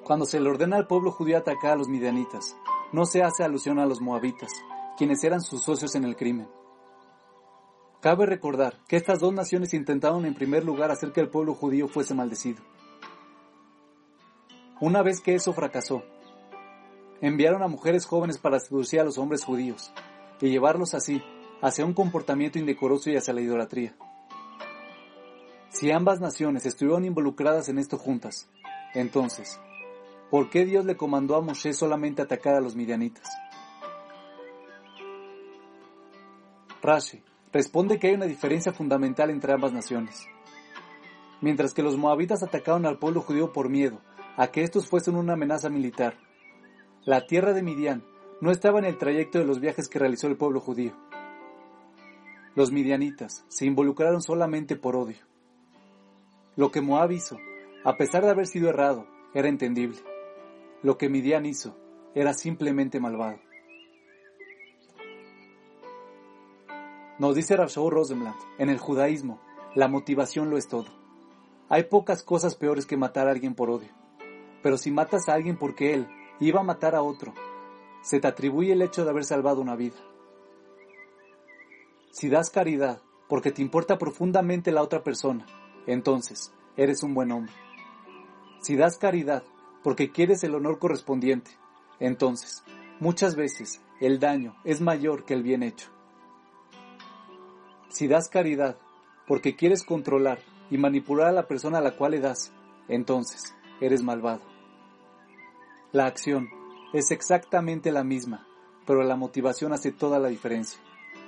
Cuando se le ordena al pueblo judío atacar a los midianitas, no se hace alusión a los moabitas, quienes eran sus socios en el crimen. Cabe recordar que estas dos naciones intentaron en primer lugar hacer que el pueblo judío fuese maldecido. Una vez que eso fracasó, enviaron a mujeres jóvenes para seducir a los hombres judíos y llevarlos así hacia un comportamiento indecoroso y hacia la idolatría. Si ambas naciones estuvieron involucradas en esto juntas, entonces, ¿por qué Dios le comandó a Moshe solamente atacar a los midianitas? Rashi responde que hay una diferencia fundamental entre ambas naciones. Mientras que los moabitas atacaron al pueblo judío por miedo a que estos fuesen una amenaza militar, la tierra de Midian no estaba en el trayecto de los viajes que realizó el pueblo judío. Los midianitas se involucraron solamente por odio. Lo que Moab hizo, a pesar de haber sido errado, era entendible. Lo que Midian hizo era simplemente malvado. Nos dice Rav Shaul Rosenblatt, en el judaísmo, la motivación lo es todo. Hay pocas cosas peores que matar a alguien por odio. Pero si matas a alguien porque él iba a matar a otro, se te atribuye el hecho de haber salvado una vida. Si das caridad porque te importa profundamente la otra persona, entonces eres un buen hombre. Si das caridad porque quieres el honor correspondiente, entonces, muchas veces, el daño es mayor que el bien hecho. Si das caridad porque quieres controlar y manipular a la persona a la cual le das, entonces eres malvado. La acción es exactamente la misma, pero la motivación hace toda la diferencia.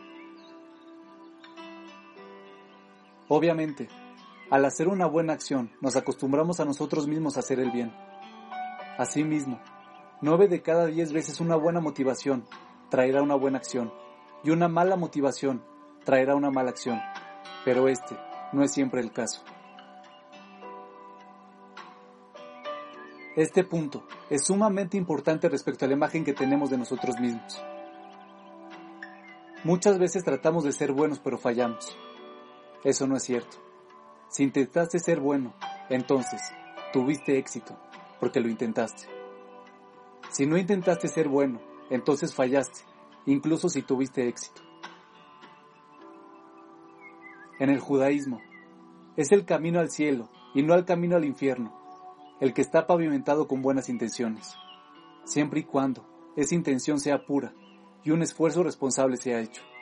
Obviamente, al hacer una buena acción, nos acostumbramos a nosotros mismos a hacer el bien. Asimismo, 9 de cada 10 veces una buena motivación traerá una buena acción, y una mala motivación traerá una mala acción, pero este no es siempre el caso. Este punto es sumamente importante respecto a la imagen que tenemos de nosotros mismos. Muchas veces tratamos de ser buenos pero fallamos. Eso no es cierto. Si intentaste ser bueno, entonces tuviste éxito, porque lo intentaste. Si no intentaste ser bueno, entonces fallaste, incluso si tuviste éxito. En el judaísmo, es el camino al cielo y no el camino al infierno, el que está pavimentado con buenas intenciones, siempre y cuando esa intención sea pura y un esfuerzo responsable sea hecho.